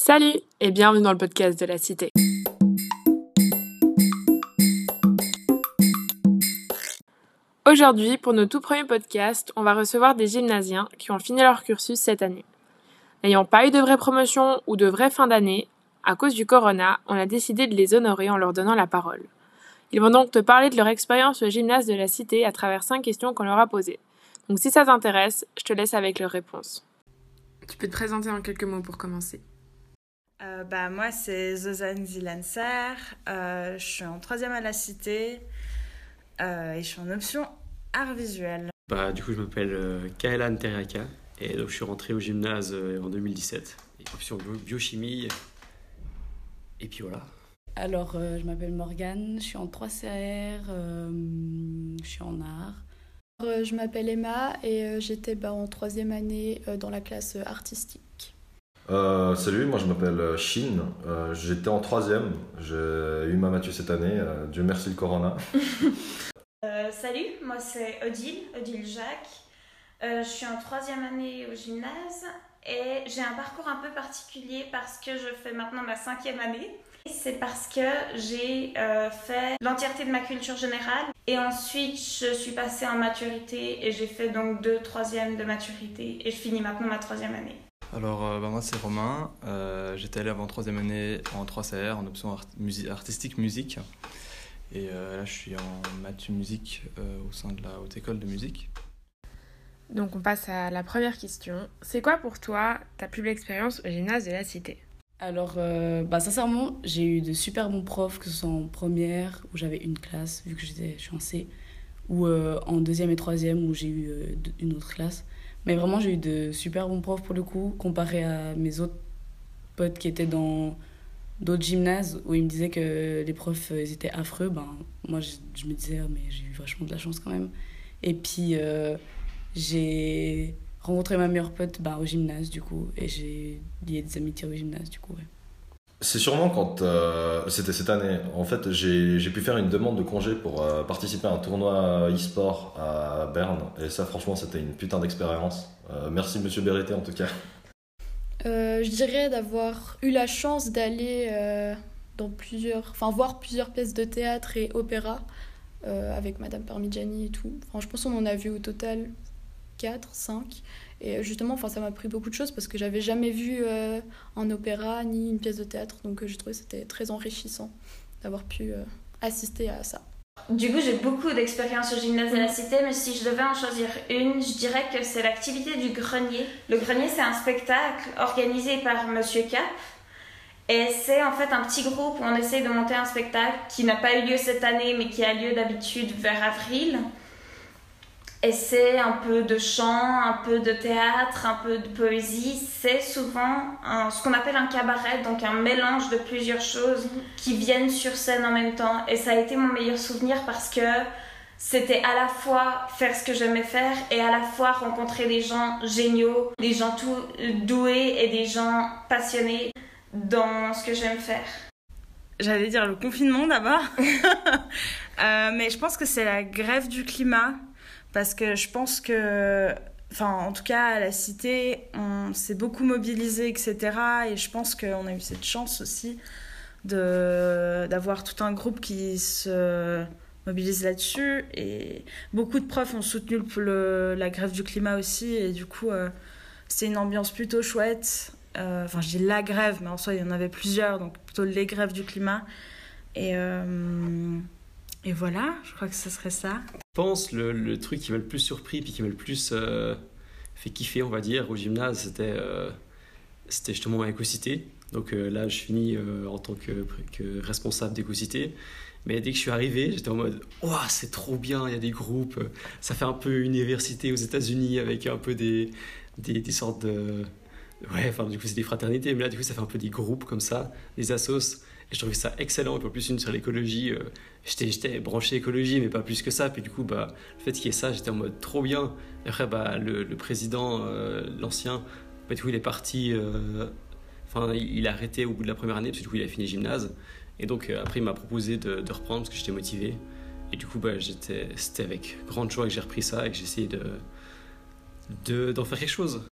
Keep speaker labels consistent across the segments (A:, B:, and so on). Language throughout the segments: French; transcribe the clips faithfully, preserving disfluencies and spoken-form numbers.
A: Salut et bienvenue dans le podcast de la Cité. Aujourd'hui, pour nos tout premiers podcasts, on va recevoir des gymnasiens qui ont fini leur cursus cette année. N'ayant pas eu de vraie promotion ou de vraie fin d'année, à cause du corona, on a décidé de les honorer en leur donnant la parole. Ils vont donc te parler de leur expérience au gymnase de la Cité à travers cinq questions qu'on leur a posées. Donc si ça t'intéresse, je te laisse avec leurs réponses. Tu peux te présenter en quelques mots pour commencer.
B: Euh, bah, moi, c'est Zozane Zilanser. Euh, je suis en troisième à la Cité euh, et je suis en option art visuel.
C: Bah, du coup, je m'appelle euh, Kaelan Teriaka et donc je suis rentré au gymnase euh, en deux mille dix-sept. Et option bio- biochimie. Et puis voilà.
D: Alors, euh, je m'appelle Morgane, je suis en trois C R, euh, je suis en art.
E: Euh, je m'appelle Emma et euh, j'étais bah, en troisième année euh, dans la classe euh, artistique.
F: Euh, salut, moi je m'appelle euh, Shin, euh, j'étais en troisième, j'ai eu ma maths cette année, euh, Dieu merci le corona.
G: Euh, salut, moi c'est Odile, Odile Jacques. Euh, je suis en troisième année au gymnase et j'ai un parcours un peu particulier parce que je fais maintenant ma cinquième année. C'est parce que j'ai euh, fait l'entièreté de ma culture générale et ensuite je suis passée en maturité et j'ai fait donc deux troisièmes de maturité et je finis maintenant ma troisième année.
H: Alors, euh, bah, moi, c'est Romain. Euh, j'étais élève en troisième année en trois C R, en option art- musi- artistique musique. Et euh, là, je suis en maths musique euh, au sein de la Haute École de musique.
A: Donc on passe à la première question. C'est quoi pour toi ta plus belle expérience au gymnase de la Cité ?
D: Alors, euh, bah, sincèrement, j'ai eu de super bons profs, que ce soit en première, où j'avais une classe, vu que j'étais, je suis en C, ou euh, en deuxième et troisième, où j'ai eu euh, de- une autre classe. Mais vraiment, j'ai eu de super bons profs pour le coup, comparé à mes autres potes qui étaient dans d'autres gymnases, où ils me disaient que les profs euh, ils étaient affreux. Ben, moi, je, je me disais, ah, mais j'ai eu vachement de la chance quand même. Et puis, euh, j'ai rencontré ma meilleure pote ben, au gymnase, du coup, et j'ai lié des amitiés au gymnase, du coup, ouais.
F: C'est sûrement quand, euh, c'était cette année, en fait j'ai, j'ai pu faire une demande de congé pour euh, participer à un tournoi e-sport à Berne, et ça franchement c'était une putain d'expérience. Euh, merci monsieur Berreté en tout cas.
E: Euh, je dirais d'avoir eu la chance d'aller euh, dans plusieurs, enfin voir plusieurs pièces de théâtre et opéra euh, avec Madame Parmigiani et tout. Enfin, je pense qu'on en a vu au total quatre, cinq. Et justement, enfin, ça m'a appris beaucoup de choses parce que j'avais jamais vu euh, un opéra ni une pièce de théâtre. Donc euh, j'ai trouvé que c'était très enrichissant d'avoir pu euh, assister à ça.
G: Du coup, j'ai beaucoup d'expérience au gymnase de la Cité, mais si je devais en choisir une, je dirais que c'est l'activité du grenier. Le grenier, c'est un spectacle organisé par Monsieur Cap. Et c'est en fait un petit groupe où on essaye de monter un spectacle qui n'a pas eu lieu cette année, mais qui a lieu d'habitude vers avril. Et c'est un peu de chant, un peu de théâtre, un peu de poésie. C'est souvent un, ce qu'on appelle un cabaret, donc un mélange de plusieurs choses qui viennent sur scène en même temps. Et ça a été mon meilleur souvenir parce que c'était à la fois faire ce que j'aimais faire et à la fois rencontrer des gens géniaux, des gens tout doués et des gens passionnés dans ce que j'aime faire.
B: J'allais dire le confinement d'abord, euh, mais je pense que c'est la grève du climat. Parce que je pense que, enfin, en tout cas, à la Cité, on s'est beaucoup mobilisé, et cetera. Et je pense qu'on a eu cette chance aussi de, d'avoir tout un groupe qui se mobilise là-dessus. Et beaucoup de profs ont soutenu le, le- la grève du climat aussi. Et du coup, euh, c'était une ambiance plutôt chouette. Euh, Enfin, je dis la grève, mais en soi, il y en avait plusieurs. Donc, plutôt les grèves du climat. Et, euh, et voilà, je crois que ce serait ça.
C: Je pense le, le truc qui m'a le plus surpris puis qui m'a le plus euh, fait kiffer, on va dire, au gymnase, c'était, euh, c'était justement Écocité. Donc euh, là, je finis euh, en tant que, que responsable d'Écocité. Mais dès que je suis arrivé, j'étais en mode « Ouah, c'est trop bien, il y a des groupes. » Ça fait un peu université aux États-Unis avec un peu des, des, des sortes de... Ouais, enfin, du coup, c'est des fraternités. Mais là, du coup, ça fait un peu des groupes comme ça, des assos. Et je trouvais ça excellent. Et puis en plus, une sur l'écologie. Euh, j'étais, j'étais branché écologie, mais pas plus que ça. Puis du coup, bah, le fait qu'il y ait ça, j'étais en mode trop bien. Et après, bah, le, le président, euh, l'ancien, bah, du coup, il est parti. euh, Enfin, il, il a arrêté au bout de la première année, parce que du coup, il a fini le gymnase. Et donc, euh, après, il m'a proposé de, de reprendre, parce que j'étais motivé. Et du coup, bah, j'étais, c'était avec grande joie que j'ai repris ça et que j'ai essayé de, de, d'en faire quelque chose.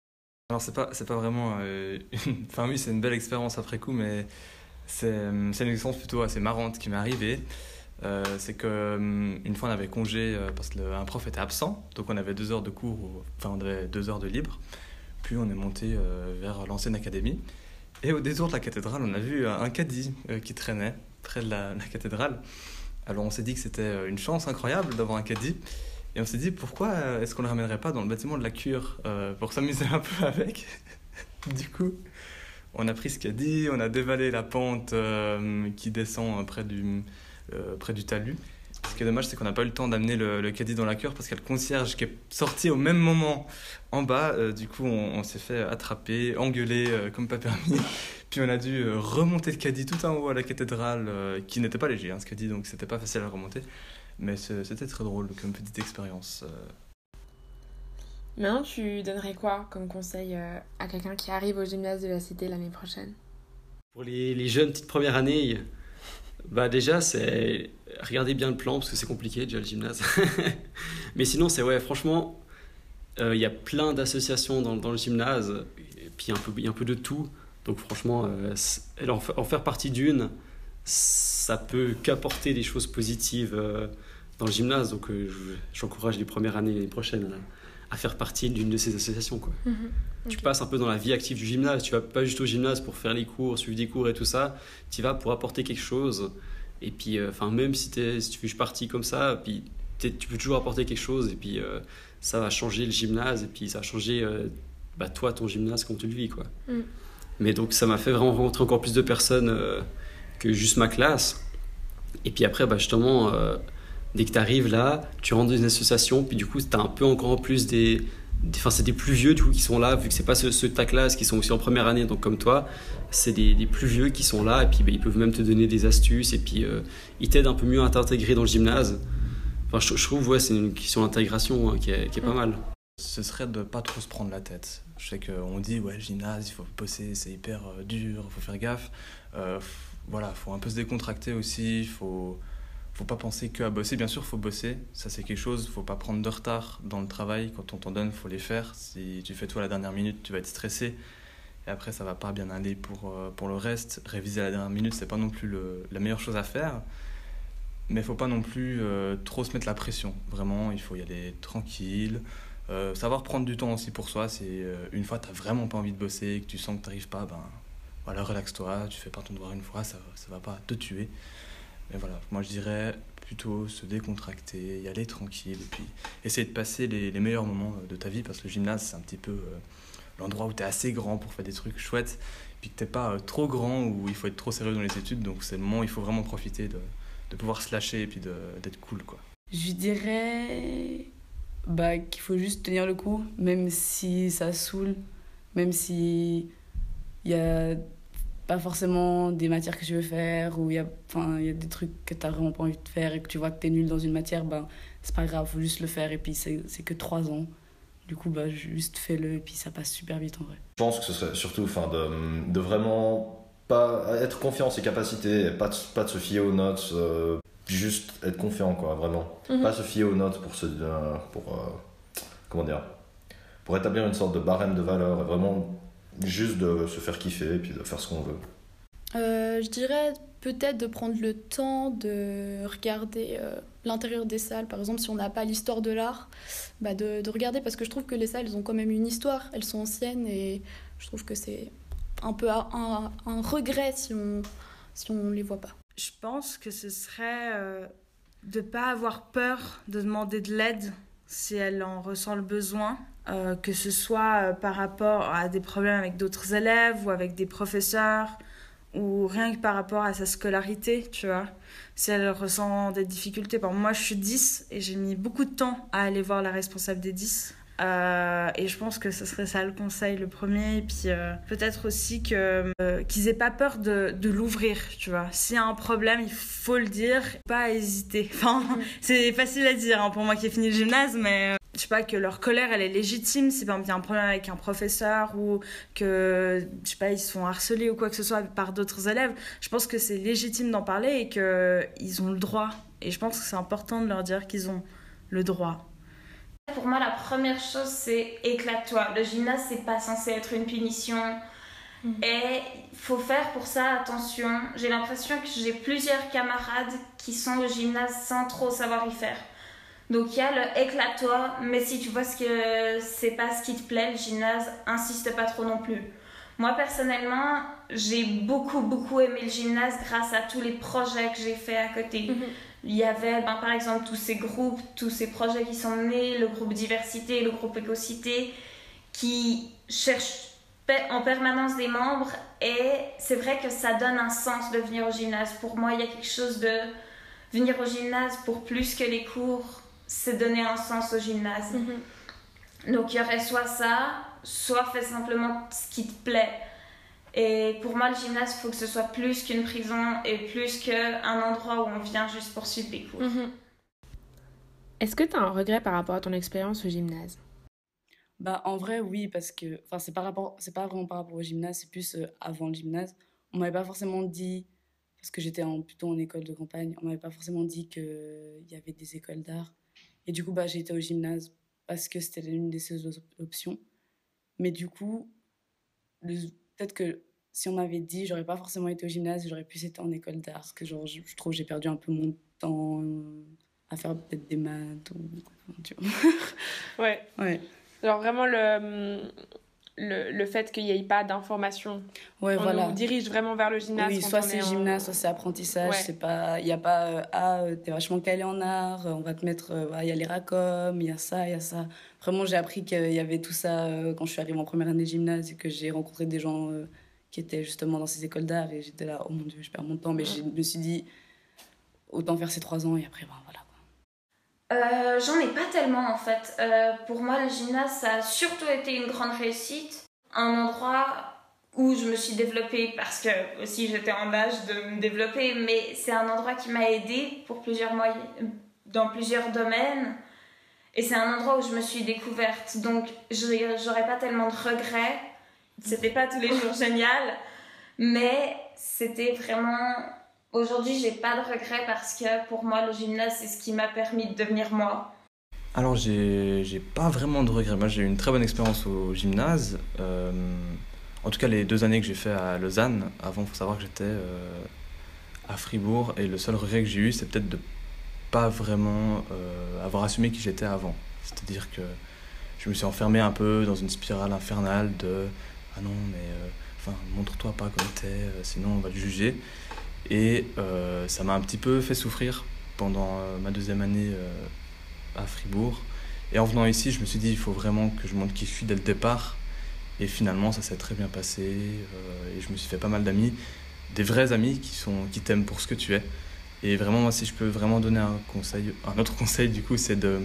H: Alors c'est pas, c'est pas vraiment... euh, une- Enfin oui, c'est une belle expérience après coup, mais c'est, c'est une expérience plutôt assez marrante qui m'est arrivée. Euh, c'est que hum, une fois on avait congé euh, parce qu'un prof était absent, donc on avait deux heures de cours, ou- enfin on avait deux heures de libre. Puis on est monté euh, vers l'ancienne académie. Et au détour de la cathédrale, on a vu un caddie euh, qui traînait près de la, la cathédrale. Alors on s'est dit que c'était euh, une chance incroyable d'avoir un caddie. Et on s'est dit pourquoi euh, est-ce qu'on ne le ramènerait pas dans le bâtiment de la cure euh, pour s'amuser un peu avec. Du coup, on a pris ce caddie, on a dévalé la pente euh, qui descend près du, euh, près du talus. Ce qui est dommage, c'est qu'on n'a pas eu le temps d'amener le, le caddie dans la cure parce qu'il y a le concierge qui est sorti au même moment en bas. Euh, du coup, on, on s'est fait attraper, engueuler euh, comme pas permis. Puis on a dû euh, remonter le caddie tout en haut à la cathédrale, euh, qui n'était pas léger, hein, ce caddie, donc c'était pas facile à remonter. Mais c'est- c'était très drôle comme petite expérience. euh.
A: Maintenant, tu donnerais quoi comme conseil euh, à quelqu'un qui arrive au gymnase de la Cité l'année prochaine?
C: Pour les, les jeunes petites premières années, bah déjà, c'est regarder bien le plan parce que c'est compliqué déjà le gymnase. Mais sinon, c'est ouais, franchement, euh, il y a plein d'associations dans, dans le gymnase, et puis il y a un peu, il y a un peu de tout. Donc franchement, euh, c'est- en, fa- en faire partie d'une, ça peut qu'apporter des choses positives euh, dans le gymnase. Donc euh, je- j'encourage les premières années l'année prochaine à, à faire partie d'une de ces associations, quoi. Tu
A: Ok.
C: passes un peu dans la vie active du gymnase. Tu vas pas juste au gymnase pour faire les cours, suivre des cours et tout ça. Tu y vas pour apporter quelque chose. Et puis, euh, enfin, même si, t'es, si tu fais juste partie comme ça, puis t'es- tu peux toujours apporter quelque chose. Et puis, euh, ça va changer le gymnase. Et puis, ça va changer, euh, bah, toi, ton gymnase, quand tu le vis, quoi.
A: Mm.
C: Mais donc, ça m'a fait vraiment rencontrer encore plus de personnes euh, que juste ma classe. Et puis après, bah, justement, euh, dès que tu arrives là, tu rentres dans une association. Puis du coup, tu as un peu encore plus des. des- Enfin, c'est des plus vieux du coup qui sont là, vu que c'est pas ceux, ceux de ta classe qui sont aussi en première année, donc comme toi, c'est des, des plus vieux qui sont là, et puis bah, ils peuvent même te donner des astuces, et puis euh, ils t'aident un peu mieux à t'intégrer dans le gymnase. Enfin, je, je trouve, ouais, c'est une question d'intégration hein, qui, est, qui est pas mal.
H: Ce serait de pas trop se prendre la tête. Je sais qu'on dit, ouais, le gymnase, il faut bosser, c'est hyper euh, dur, il faut faire gaffe. Euh, f- voilà, il faut un peu se décontracter aussi, il faut, faut pas penser que à bosser. Bien sûr, il faut bosser, ça c'est quelque chose, il faut pas prendre de retard dans le travail. Quand on t'en donne, il faut les faire. Si tu fais tout à la dernière minute, tu vas être stressé. Et après, ça va pas bien aller pour, euh, pour le reste. Réviser à la dernière minute, c'est pas non plus le, la meilleure chose à faire. Mais il faut pas non plus euh, trop se mettre la pression. Vraiment, il faut y aller tranquille. Euh, savoir prendre du temps aussi pour soi, c'est euh, une fois tu n'as vraiment pas envie de bosser, que tu sens que tu n'arrives pas, ben voilà, relaxe-toi, tu fais pas ton devoir une fois, ça ça va pas te tuer. Mais voilà, moi je dirais plutôt se décontracter, y aller tranquille, et puis essayer de passer les, les meilleurs moments de ta vie, parce que le gymnase c'est un petit peu euh, l'endroit où tu es assez grand pour faire des trucs chouettes, puis que tu n'es pas euh, trop grand, où il faut être trop sérieux dans les études, donc c'est le moment où il faut vraiment profiter de, de pouvoir se lâcher et puis de, d'être cool, quoi.
D: Je dirais bah, qu'il faut juste tenir le coup, même si ça saoule, même si il y a pas forcément des matières que tu veux faire, ou il y a, enfin, il y a des trucs que tu n'as vraiment pas envie de faire et que tu vois que tu es nul dans une matière, ben, c'est pas grave, faut juste le faire, et puis c'est, c'est que trois ans. Du coup, bah, juste fais-le, et puis ça passe super vite en vrai.
F: Je pense que ce serait surtout enfin, de, de vraiment pas être confiant en ses capacités, et pas de, pas de se fier aux notes, euh, juste être confiant, quoi, vraiment.
A: Mhm.
F: Pas se fier aux notes pour, se, euh, pour, euh, comment dire, pour établir une sorte de barème de valeur, et vraiment juste de se faire kiffer et puis de faire ce qu'on veut.
E: Euh, je dirais peut-être de prendre le temps de regarder euh, l'intérieur des salles. Par exemple, si on n'a pas l'histoire de l'art, bah de, de regarder, parce que je trouve que les salles, elles ont quand même une histoire, elles sont anciennes, et je trouve que c'est un peu un, un, un regret si on si on les voit pas.
B: Je pense que ce serait euh, de ne pas avoir peur de demander de l'aide si elle en ressent le besoin, euh, que ce soit euh, par rapport à des problèmes avec d'autres élèves ou avec des professeurs, ou rien que par rapport à sa scolarité, tu vois. Si elle ressent des difficultés. Par exemple, moi, je suis dix et j'ai mis beaucoup de temps à aller voir la responsable des dix. Euh, et je pense que ce serait ça le conseil, le premier. Et puis euh, peut-être aussi que, euh, qu'ils aient pas peur de, de l'ouvrir, tu vois. S'il y a un problème, il faut le dire, pas hésiter. Enfin, c'est facile à dire hein, pour moi qui ai fini le gymnase, mais... Euh, je sais pas, que leur colère elle est légitime si par exemple il y a un problème avec un professeur ou que je sais pas ils se font harceler ou quoi que ce soit par d'autres élèves, je pense que c'est légitime d'en parler et que ils ont le droit, et je pense que c'est important de leur dire qu'ils ont le droit
G: Pour moi, la première chose, c'est éclate-toi. Le gymnase, c'est pas censé être une punition. Mmh. Et il faut faire pour ça attention. J'ai l'impression que j'ai plusieurs camarades qui sont au gymnase sans trop savoir y faire. Donc il y a le éclate-toi, mais si tu vois ce que c'est pas ce qui te plaît, le gymnase, insiste pas trop non plus. Moi personnellement, j'ai beaucoup beaucoup aimé le gymnase grâce à tous les projets que j'ai fait à côté. Mmh. Il y avait ben, par exemple tous ces groupes, tous ces projets qui sont nés, le groupe diversité, le groupe écocité, qui cherchent en permanence des membres, et c'est vrai que ça donne un sens de venir au gymnase. Pour moi, il y a quelque chose de venir au gymnase pour plus que les cours, c'est donner un sens au gymnase. Mm-hmm. Donc il y aurait soit ça, soit fais simplement ce qui te plaît. Et pour moi, le gymnase, il faut que ce soit plus qu'une prison et plus qu'un endroit où on vient juste pour suivre les cours. Mm-hmm.
A: Est-ce que tu as un regret par rapport à ton expérience au gymnase ?
D: Bah, en vrai, oui, parce que enfin, c'est pas, rapport, c'est pas vraiment par rapport au gymnase, c'est plus euh, avant le gymnase. On m'avait pas forcément dit, parce que j'étais en, plutôt en école de campagne, on m'avait pas forcément dit qu'il y avait des écoles d'art. Et du coup, bah, j'ai été au gymnase parce que c'était l'une de ces options. Mais du coup, le, peut-être que si on m'avait dit, j'aurais pas forcément été au gymnase, j'aurais plus été en école d'art. Parce que genre, je, je trouve que j'ai perdu un peu mon temps à faire peut-être des maths ou... Tu vois.
A: Ouais.
D: Ouais.
A: Genre vraiment le, le, le fait qu'il n'y ait pas d'information.
D: Ouais,
A: on
D: voilà.
A: nous dirige vraiment vers le gymnase.
D: Oui, soit c'est en... gymnase, soit c'est apprentissage. Ouais. C'est pas, il n'y a pas, euh, ah, t'es vachement calé en art, on va te mettre, il euh, y a les racom, il y a ça, il y a ça. Vraiment, j'ai appris qu'il y avait tout ça euh, quand je suis arrivée en première année de gymnase et que j'ai rencontré des gens euh, qui étaient justement dans ces écoles d'art, et j'étais là, oh mon Dieu, je perds mon temps. Mais je me suis dit, autant faire ces trois ans et après, ben voilà.
G: Euh, j'en ai pas tellement en fait. Euh, pour moi, le gymnase, ça a surtout été une grande réussite. Un endroit où je me suis développée parce que aussi j'étais en âge de me développer, mais c'est un endroit qui m'a aidée pour plusieurs moyens, dans plusieurs domaines. Et c'est un endroit où je me suis découverte. Donc, j'aurais pas tellement de regrets. C'était pas tous les jours génial, mais c'était vraiment... Aujourd'hui, j'ai pas de regrets parce que pour moi, le gymnase, c'est ce qui m'a permis de devenir moi.
H: Alors, j'ai, j'ai pas vraiment de regrets. Moi, j'ai eu une très bonne expérience au gymnase. Euh, en tout cas, les deux années que j'ai fait à Lausanne. Avant, il faut savoir que j'étais euh, à Fribourg. Et le seul regret que j'ai eu, c'est peut-être de pas vraiment euh, avoir assumé qui j'étais avant. C'est-à-dire que je me suis enfermé un peu dans une spirale infernale de « Ah non, mais euh, enfin, montre-toi pas comme t'es, euh, sinon on va te juger ». Et euh, ça m'a un petit peu fait souffrir pendant euh, ma deuxième année euh, à Fribourg. Et en venant ici, je me suis dit, il faut vraiment que je montre qui je suis dès le départ. Et finalement, ça s'est très bien passé. Euh, et je me suis fait pas mal d'amis, des vrais amis qui, sont, qui t'aiment pour ce que tu es. Et vraiment, moi, si je peux vraiment donner un conseil, un autre conseil, du coup, c'est de,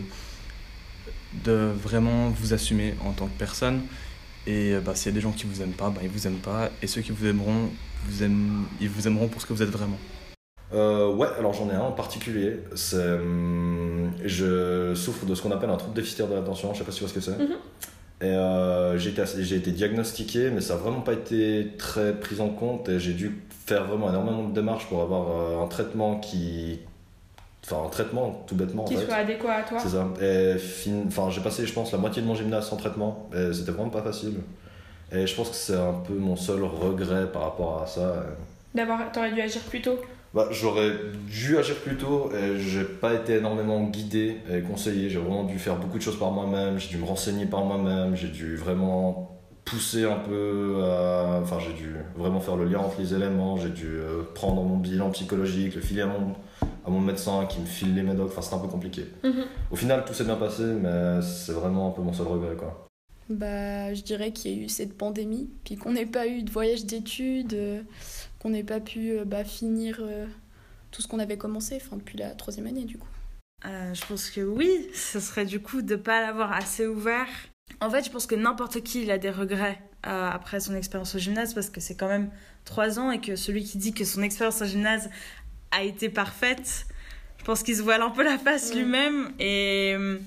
H: de vraiment vous assumer en tant que personne. Et bah, s'il y a des gens qui vous aiment pas, bah, ils vous aiment pas. Et ceux qui vous aimeront, vous aiment, ils vous aimeront pour ce que vous êtes vraiment.
F: Euh, ouais, alors j'en ai un en particulier. C'est, hum, je souffre de ce qu'on appelle un trouble déficitaire de l'attention. Je sais pas si tu vois ce que c'est. Mm-hmm. Et euh, j'ai, été, j'ai été diagnostiqué, mais ça n'a vraiment pas été très pris en compte. Et j'ai dû faire vraiment énormément de démarches pour avoir euh, un traitement qui... Enfin, un traitement, tout bêtement.
A: Qui
F: en fait.
A: soit adéquat à toi.
F: C'est ça. Et fin... enfin, j'ai passé, je pense, la moitié de mon gymnase sans traitement. Et c'était vraiment pas facile. Et je pense que c'est un peu mon seul regret par rapport à ça.
A: D'avoir, t'aurais dû agir plus tôt.
F: Bah, j'aurais dû agir plus tôt et j'ai pas été énormément guidé et conseillé. J'ai vraiment dû faire beaucoup de choses par moi-même. J'ai dû me renseigner par moi-même. J'ai dû vraiment pousser un peu à... Enfin, j'ai dû vraiment faire le lien entre les éléments. J'ai dû prendre mon bilan psychologique, le filer à mon... à mon médecin qui me file les médocs. Enfin, c'était un peu compliqué. Mm-hmm. Au final, tout s'est bien passé, mais c'est vraiment un peu mon seul regret, quoi.
E: Bah, je dirais qu'il y a eu cette pandémie, puis qu'on n'ait pas eu de voyage d'études, euh, qu'on n'ait pas pu euh, bah, finir euh, tout ce qu'on avait commencé, enfin depuis la troisième année du coup.
B: Euh, je pense que oui, ce serait du coup de ne pas l'avoir assez ouvert. En fait, je pense que n'importe qui il a des regrets euh, après son expérience au gymnase, parce que c'est quand même trois ans et que celui qui dit que son expérience au gymnase a été parfaite, je pense qu'il se voile un peu la face mmh. lui-même. Et euh,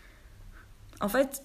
B: en fait,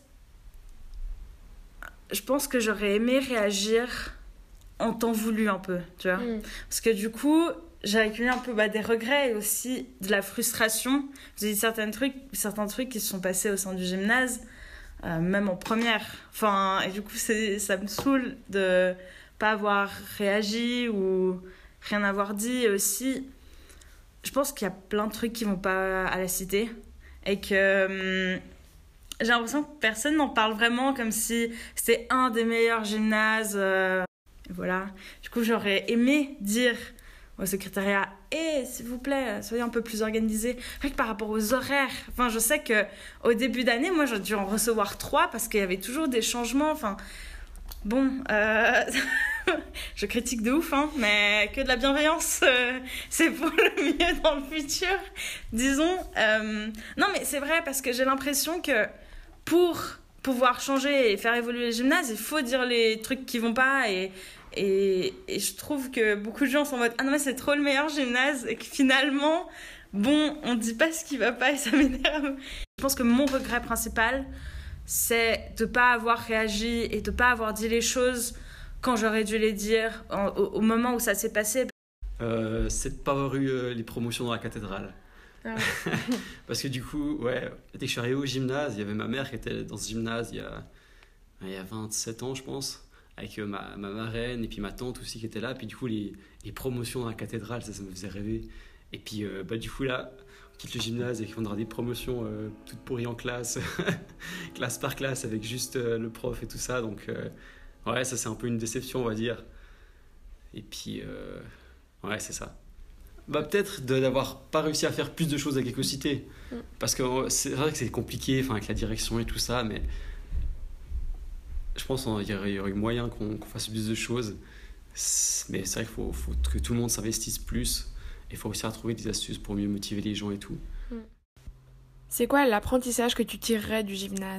B: je pense que j'aurais aimé réagir en temps voulu un peu, tu vois. Mmh. Parce que du coup, j'ai accumulé un peu bah, des regrets et aussi de la frustration. J'ai dit certains trucs, certains trucs qui se sont passés au sein du gymnase, euh, même en première. Enfin, et du coup, c'est, ça me saoule de pas avoir réagi ou rien avoir dit. Et aussi, je pense qu'il y a plein de trucs qui vont pas à la cité et que hum, j'ai l'impression que personne n'en parle vraiment comme si c'était un des meilleurs gymnases. Euh, et voilà. Du coup, j'aurais aimé dire au secrétariat « Eh, s'il vous plaît, soyez un peu plus organisés. » Rien que par rapport aux horaires. Enfin, je sais qu'au début d'année, moi, j'ai dû en recevoir trois parce qu'il y avait toujours des changements. Enfin, bon, euh... je critique de ouf, hein, mais que de la bienveillance, euh, c'est pour le mieux dans le futur, disons. Euh... Non, mais c'est vrai parce que j'ai l'impression que pour pouvoir changer et faire évoluer les gymnases, il faut dire les trucs qui vont pas et... Et, et je trouve que beaucoup de gens sont en mode « Ah non, mais c'est trop le meilleur gymnase » et que finalement, bon, on dit pas ce qui va pas et ça m'énerve. Je pense que mon regret principal, c'est de pas avoir réagi et de pas avoir dit les choses quand j'aurais dû les dire au, au moment où ça s'est passé.
C: Euh, c'est de pas avoir eu euh, les promotions dans la cathédrale.
A: Ah.
C: Parce que du coup, ouais, dès que je suis arrivé au gymnase, il y avait ma mère qui était dans ce gymnase il y a, il y a vingt-sept ans, je pense. Avec ma, ma marraine et puis ma tante aussi qui était là. Puis du coup, les, les promotions dans la cathédrale, ça, ça me faisait rêver. Et puis, euh, bah, du coup, là, on quitte le gymnase et on aura des promotions euh, toutes pourries en classe, classe par classe, avec juste euh, le prof et tout ça. Donc, euh, ouais, ça, c'est un peu une déception, on va dire. Et puis, euh, ouais, c'est ça. Bah, peut-être de, d'avoir pas réussi à faire plus de choses avec Écocité. Mm. Parce que c'est vrai que c'est compliqué avec la direction et tout ça, mais... Je pense qu'il y aurait eu moyen qu'on, qu'on fasse plus de choses. Mais c'est vrai qu'il faut, faut que tout le monde s'investisse plus. Et il faut réussir à trouver des astuces pour mieux motiver les gens et tout.
A: C'est quoi l'apprentissage que tu tirerais du gymnase ?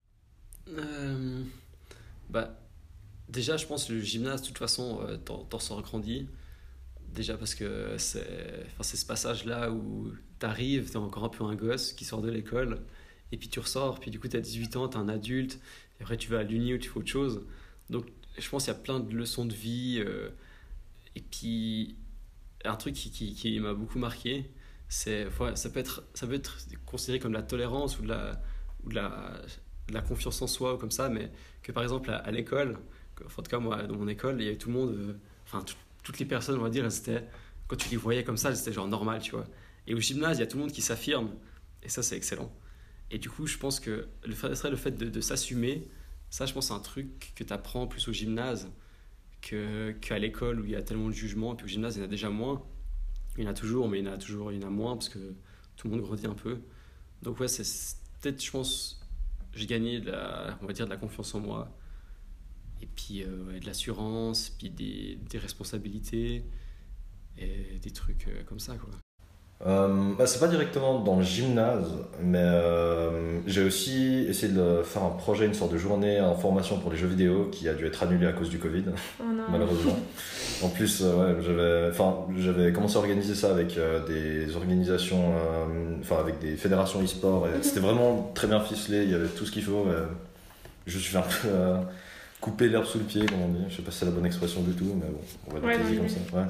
C: euh, bah, Déjà, je pense que le gymnase, de toute façon, euh, t'en, t'en sors grandi. Déjà parce que c'est, enfin, c'est ce passage-là où t'arrives, t'es encore un peu un gosse qui sort de l'école. Et puis tu ressors, puis du coup t'as dix-huit ans, t'es un adulte. Et après, tu vas à l'uni ou tu fais autre chose. Donc, je pense qu'il y a plein de leçons de vie. Euh, et puis, un truc qui, qui, qui m'a beaucoup marqué, c'est ouais, ça peut être, ça peut être considéré comme de la tolérance ou de la, ou de la, de la confiance en soi ou comme ça, mais que par exemple à, à l'école, enfin, en tout cas moi, dans mon école, il y avait tout le monde, euh, enfin tout, toutes les personnes, on va dire, c'était, quand tu les voyais comme ça, c'était genre normal, tu vois. Et au gymnase, il y a tout le monde qui s'affirme, et ça, c'est excellent. Et du coup, je pense que le fait, le fait de, de s'assumer, ça, je pense, c'est un truc que tu apprends plus au gymnase que, qu'à l'école où il y a tellement de jugements. Puis au gymnase, il y en a déjà moins. Il y en a toujours, mais il y en a toujours il y en a moins parce que tout le monde grandit un peu. Donc, ouais, c'est, c'est peut-être, je pense, j'ai gagné de la, on va dire, de la confiance en moi. Et puis, euh, ouais, de l'assurance, puis des, des responsabilités et des trucs euh, comme ça, quoi.
F: Euh, bah, c'est pas directement dans le gymnase, mais euh, j'ai aussi essayé de faire un projet, une sorte de journée en formation pour les jeux vidéo qui a dû être annulé à cause du Covid,
A: oh non.
F: malheureusement. En plus, euh, ouais, j'avais, enfin, j'avais commencé à organiser ça avec euh, des organisations, enfin euh, avec des fédérations e-sport, et c'était vraiment très bien ficelé, il y avait tout ce qu'il faut. Mais je suis un peu euh, coupé l'herbe sous le pied, comme on dit. Je sais pas si c'est la bonne expression du tout, mais bon, on va le
A: ouais,
F: dire comme ça. Ouais.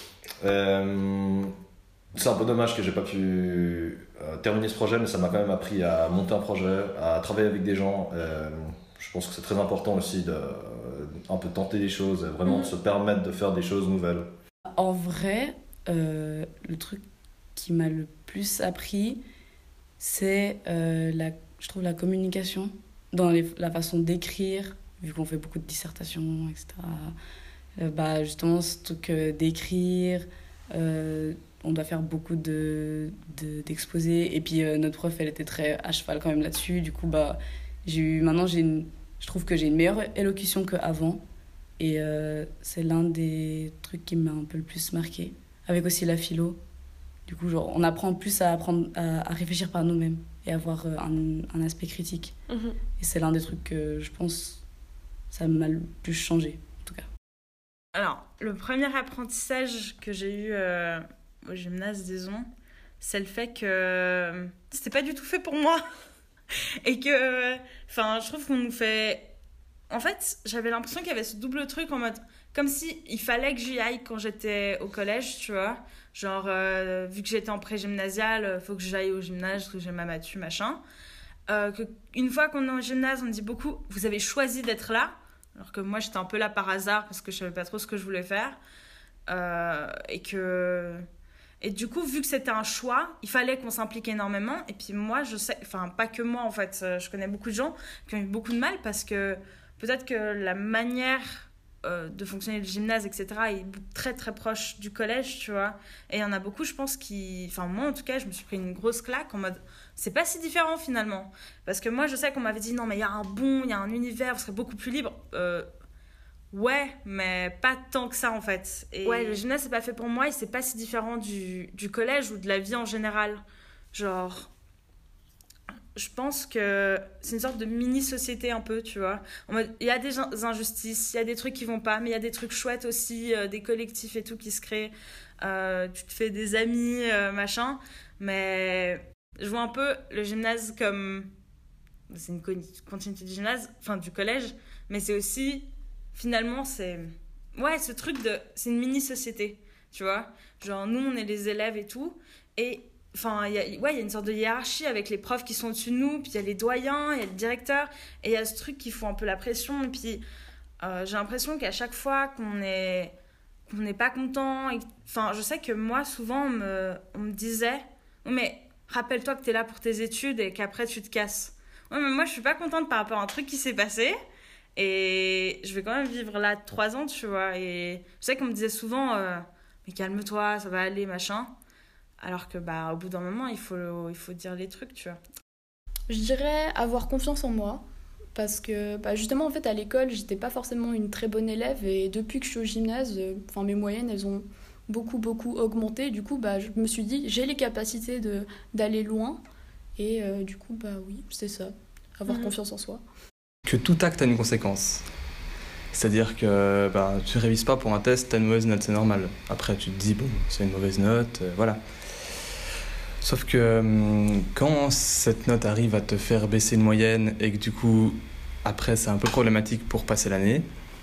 F: Euh, C'est un peu dommage que j'ai pas pu euh, terminer ce projet, mais ça m'a quand même appris à monter un projet, à travailler avec des gens. Euh, je pense que c'est très important aussi de euh, un peu tenter des choses, et vraiment mmh. de se permettre de faire des choses nouvelles.
D: En vrai, euh, le truc qui m'a le plus appris, c'est euh, la, je trouve la communication, dans les, la façon d'écrire, vu qu'on fait beaucoup de dissertations, et cetera. Euh, bah, justement, ce truc euh, d'écrire. Euh, on doit faire beaucoup de, de, d'exposés. Et puis, euh, notre prof, elle était très à cheval quand même là-dessus. Du coup, bah, j'ai eu, maintenant, j'ai une, je trouve que j'ai une meilleure élocution qu'avant. Et euh, c'est l'un des trucs qui m'a un peu le plus marqué. Avec aussi la philo. Du coup, genre, on apprend plus à, apprendre, à, à réfléchir par nous-mêmes et avoir un, un aspect critique. Mm-hmm. Et c'est l'un des trucs que je pense ça m'a le plus changé, en tout cas.
B: Alors, le premier apprentissage que j'ai eu euh, au gymnase, disons, c'est le fait que euh, c'était pas du tout fait pour moi. Et que, enfin, euh, je trouve qu'on nous fait... En fait, j'avais l'impression qu'il y avait ce double truc en mode comme si il fallait que j'y aille quand j'étais au collège, tu vois. Genre, euh, vu que j'étais en pré-gymnasial, faut que j'aille au gymnase, que j'ai ma matu, machin. Euh, que, une fois qu'on est au gymnase, on me dit beaucoup, vous avez choisi d'être là. Alors que moi, j'étais un peu là par hasard parce que je savais pas trop ce que je voulais faire. Euh, et que... Et du coup, vu que c'était un choix, il fallait qu'on s'implique énormément. Et puis moi, je sais... Enfin, pas que moi, en fait. Je connais beaucoup de gens qui ont eu beaucoup de mal parce que peut-être que la manière euh, de fonctionner le gymnase, et cetera, est très, très proche du collège, tu vois. Et il y en a beaucoup, je pense, qui... Enfin, moi, en tout cas, je me suis pris une grosse claque en mode... C'est pas si différent, finalement. Parce que moi, je sais qu'on m'avait dit, non, mais il y a un bon, il y a un univers, vous serez beaucoup plus libre. Euh... Ouais, mais pas tant que ça en fait. Et ouais, le gymnase c'est pas fait pour moi et c'est pas si différent du, du collège ou de la vie en général. Genre, je pense que c'est une sorte de mini-société un peu, tu vois. Il y a des injustices, il y a des trucs qui vont pas, mais il y a des trucs chouettes aussi, euh, des collectifs et tout qui se créent. Euh, tu te fais des amis, euh, machin. Mais je vois un peu le gymnase comme... C'est une continuité du gymnase, enfin du collège, mais c'est aussi... Finalement, c'est... Ouais, ce truc de... C'est une mini-société, tu vois. Genre, nous, on est les élèves et tout. Et, enfin, il y a, ouais, il y a une sorte de hiérarchie avec les profs qui sont au-dessus de nous. Puis il y a les doyens, il y a le directeur. Et il y a ce truc qui fout un peu la pression. Et puis, euh, j'ai l'impression qu'à chaque fois qu'on est... qu'on n'est pas content... Et... Enfin, je sais que moi, souvent, on me, on me disait... Mais rappelle-toi que t'es là pour tes études et qu'après, tu te casses. Ouais, mais moi, je suis pas contente par rapport à un truc qui s'est passé... Et je vais quand même vivre là trois ans, tu vois. Et je sais qu'on me disait souvent, euh, mais calme-toi, ça va aller, machin. Alors que, bah, au bout d'un moment, il faut, il faut dire les trucs, tu vois.
E: Je dirais avoir confiance en moi. Parce que, bah, justement, en fait, à l'école, j'étais pas forcément une très bonne élève. Et depuis que je suis au gymnase, euh, enfin, mes moyennes, elles ont beaucoup, beaucoup augmenté. Du coup, bah, je me suis dit, j'ai les capacités de, d'aller loin. Et euh, du coup, bah oui, c'est ça. Avoir mmh. confiance en soi.
H: Que tout acte a une conséquence. C'est-à-dire que bah, tu ne révises pas pour un test, tu as une mauvaise note, c'est normal. Après, tu te dis, bon, c'est une mauvaise note, euh, voilà. Sauf que hum, quand cette note arrive à te faire baisser une moyenne et que du coup, après, c'est un peu problématique pour passer l'année,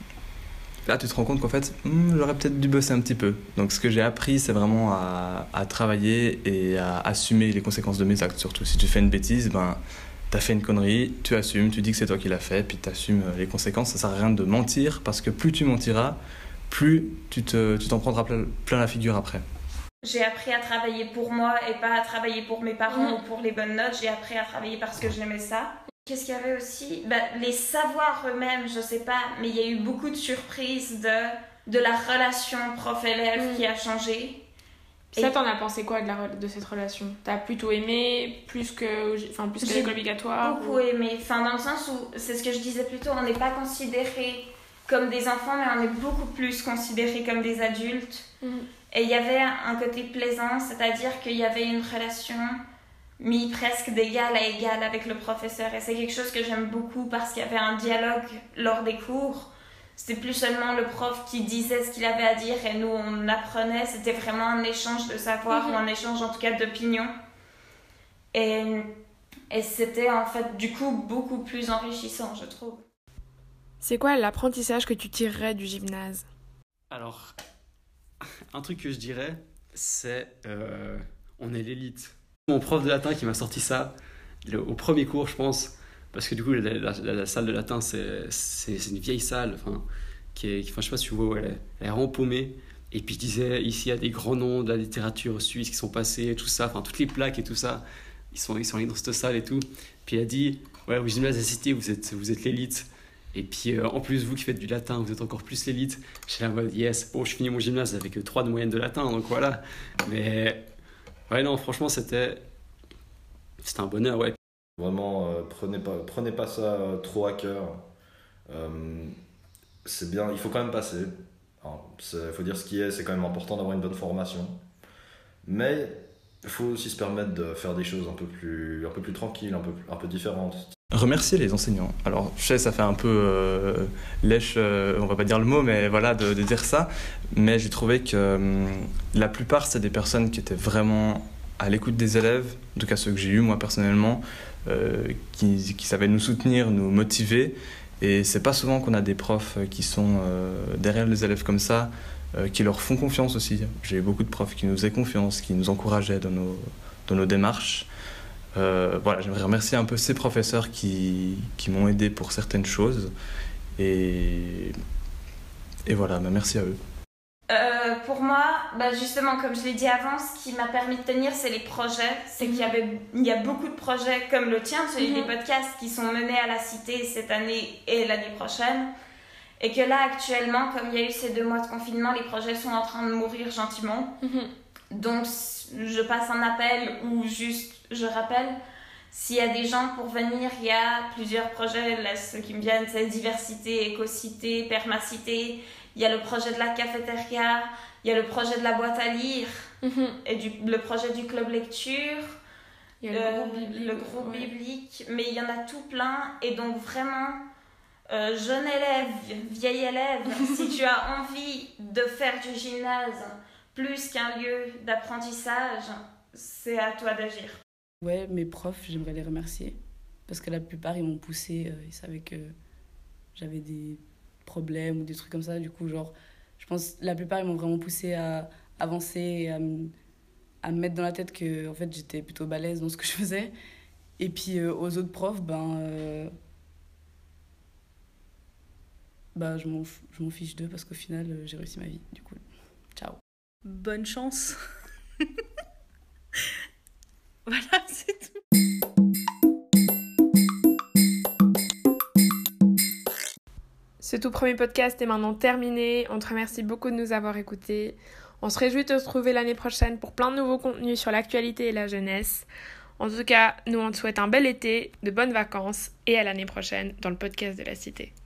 H: là, tu te rends compte qu'en fait, hum, j'aurais peut-être dû bosser un petit peu. Donc, ce que j'ai appris, c'est vraiment à, à travailler et à assumer les conséquences de mes actes. Surtout, si tu fais une bêtise, ben... T'as fait une connerie, tu assumes, tu dis que c'est toi qui l'as fait, puis t'assumes les conséquences. Ça sert à rien de mentir, parce que plus tu mentiras, plus tu, te, tu t'en prendras plein, plein la figure après.
G: J'ai appris à travailler pour moi et pas à travailler pour mes parents mmh. ou pour les bonnes notes. J'ai appris à travailler parce que j'aimais ça. Qu'est-ce qu'il y avait aussi ? bah, Les savoirs eux-mêmes, je sais pas, mais il y a eu beaucoup de surprises de, de la relation prof-élève mmh. qui a changé.
A: Et ça, t'en as pensé quoi de, la, de cette relation ? T'as plutôt aimé, plus que, enfin, plus que l'école obligatoire ?
G: Beaucoup ou... aimé, enfin, dans le sens où, c'est ce que je disais plus tôt, on n'est pas considérés comme des enfants, mais on est beaucoup plus considérés comme des adultes. Mm-hmm. Et il y avait un côté plaisant, c'est-à-dire qu'il y avait une relation mis presque d'égal à égal avec le professeur. Et c'est quelque chose que j'aime beaucoup parce qu'il y avait un dialogue lors des cours. C'était plus seulement le prof qui disait ce qu'il avait à dire et nous on apprenait, c'était vraiment un échange de savoir, mmh. ou un échange en tout cas d'opinion. Et, et c'était en fait du coup beaucoup plus enrichissant, je trouve.
A: C'est quoi l'apprentissage que tu tirerais du gymnase ?
C: Alors, un truc que je dirais, c'est euh, on est l'élite. Mon prof de latin qui m'a sorti ça, le, au premier cours je pense, parce que du coup, la, la, la, la salle de latin, c'est, c'est, c'est une vieille salle, enfin, qui est, enfin, je sais pas si vous voyez, elle est, elle est rempaumée. Et puis, je disais, ici, il y a des grands noms de la littérature suisse qui sont passés, tout ça, enfin, toutes les plaques et tout ça, ils sont, ils sont allés dans cette salle et tout. Puis, elle a dit, ouais, au gymnase de la Cité, vous êtes, vous êtes l'élite. Et puis, euh, en plus, vous qui faites du latin, vous êtes encore plus l'élite. J'étais là en mode, yes, bon, je finis mon gymnase avec trois de moyenne de latin, donc voilà. Mais, ouais, non, franchement, c'était, c'était un bonheur, ouais.
F: Vraiment, euh, prenez pas, prenez pas ça euh, trop à cœur. Euh, c'est bien, il faut quand même passer. Il faut dire ce qui est, c'est quand même important d'avoir une bonne formation. Mais il faut aussi se permettre de faire des choses un peu plus, un peu plus tranquilles, un peu, un peu différentes.
H: Remercier les enseignants. Alors, je sais, ça fait un peu euh, lèche, euh, on va pas dire le mot, mais voilà, de, de dire ça. Mais j'ai trouvé que euh, la plupart, c'est des personnes qui étaient vraiment à l'écoute des élèves, en tout cas ceux que j'ai eus moi personnellement, euh, qui, qui savaient nous soutenir, nous motiver. Et c'est pas souvent qu'on a des profs qui sont euh, derrière les élèves comme ça, euh, qui leur font confiance aussi. J'ai eu beaucoup de profs qui nous faisaient confiance, qui nous encourageaient dans nos, dans nos démarches. Euh, voilà, j'aimerais remercier un peu ces professeurs qui, qui m'ont aidé pour certaines choses. Et, et voilà, bah merci à eux.
G: Euh, pour moi, bah justement, comme je l'ai dit avant, ce qui m'a permis de tenir, c'est les projets. C'est mm-hmm. qu'il y avait, il y a beaucoup de projets comme le tien, celui mm-hmm. des podcasts, qui sont menés à la Cité cette année et l'année prochaine. Et que là, actuellement, comme il y a eu ces deux mois de confinement, les projets sont en train de mourir gentiment. Mm-hmm. Donc, je passe un appel ou juste, je rappelle, s'il y a des gens pour venir, il y a plusieurs projets. Là, ceux qui me viennent, c'est diversité, écocité, permacité. Il y a le projet de la cafétéria, il y a le projet de la boîte à lire, mm-hmm. et du, le projet du club lecture,
A: il y a
G: euh,
A: le groupe biblique,
G: le groupe
A: ouais.
G: biblique, mais il y en a tout plein. Et donc vraiment, euh, jeune élève, vieil élève, si tu as envie de faire du gymnase plus qu'un lieu d'apprentissage, c'est à toi d'agir.
D: Ouais, mes profs, j'aimerais les remercier, parce que la plupart, ils m'ont poussé, euh, ils savaient que j'avais des problèmes ou des trucs comme ça. Du coup, genre, je pense la plupart, ils m'ont vraiment poussé à avancer et à me, à me mettre dans la tête que en fait, j'étais plutôt balèze dans ce que je faisais. Et puis, euh, aux autres profs, ben, euh, ben je, m'en, je m'en fiche d'eux parce qu'au final, euh, j'ai réussi ma vie. Du coup, ciao.
B: Bonne chance. Voilà, c'est tout.
A: Ce tout premier podcast est maintenant terminé. On te remercie beaucoup de nous avoir écoutés. On se réjouit de te retrouver l'année prochaine pour plein de nouveaux contenus sur l'actualité et la jeunesse. En tout cas, nous on te souhaite un bel été, de bonnes vacances et à l'année prochaine dans le podcast de la Cité.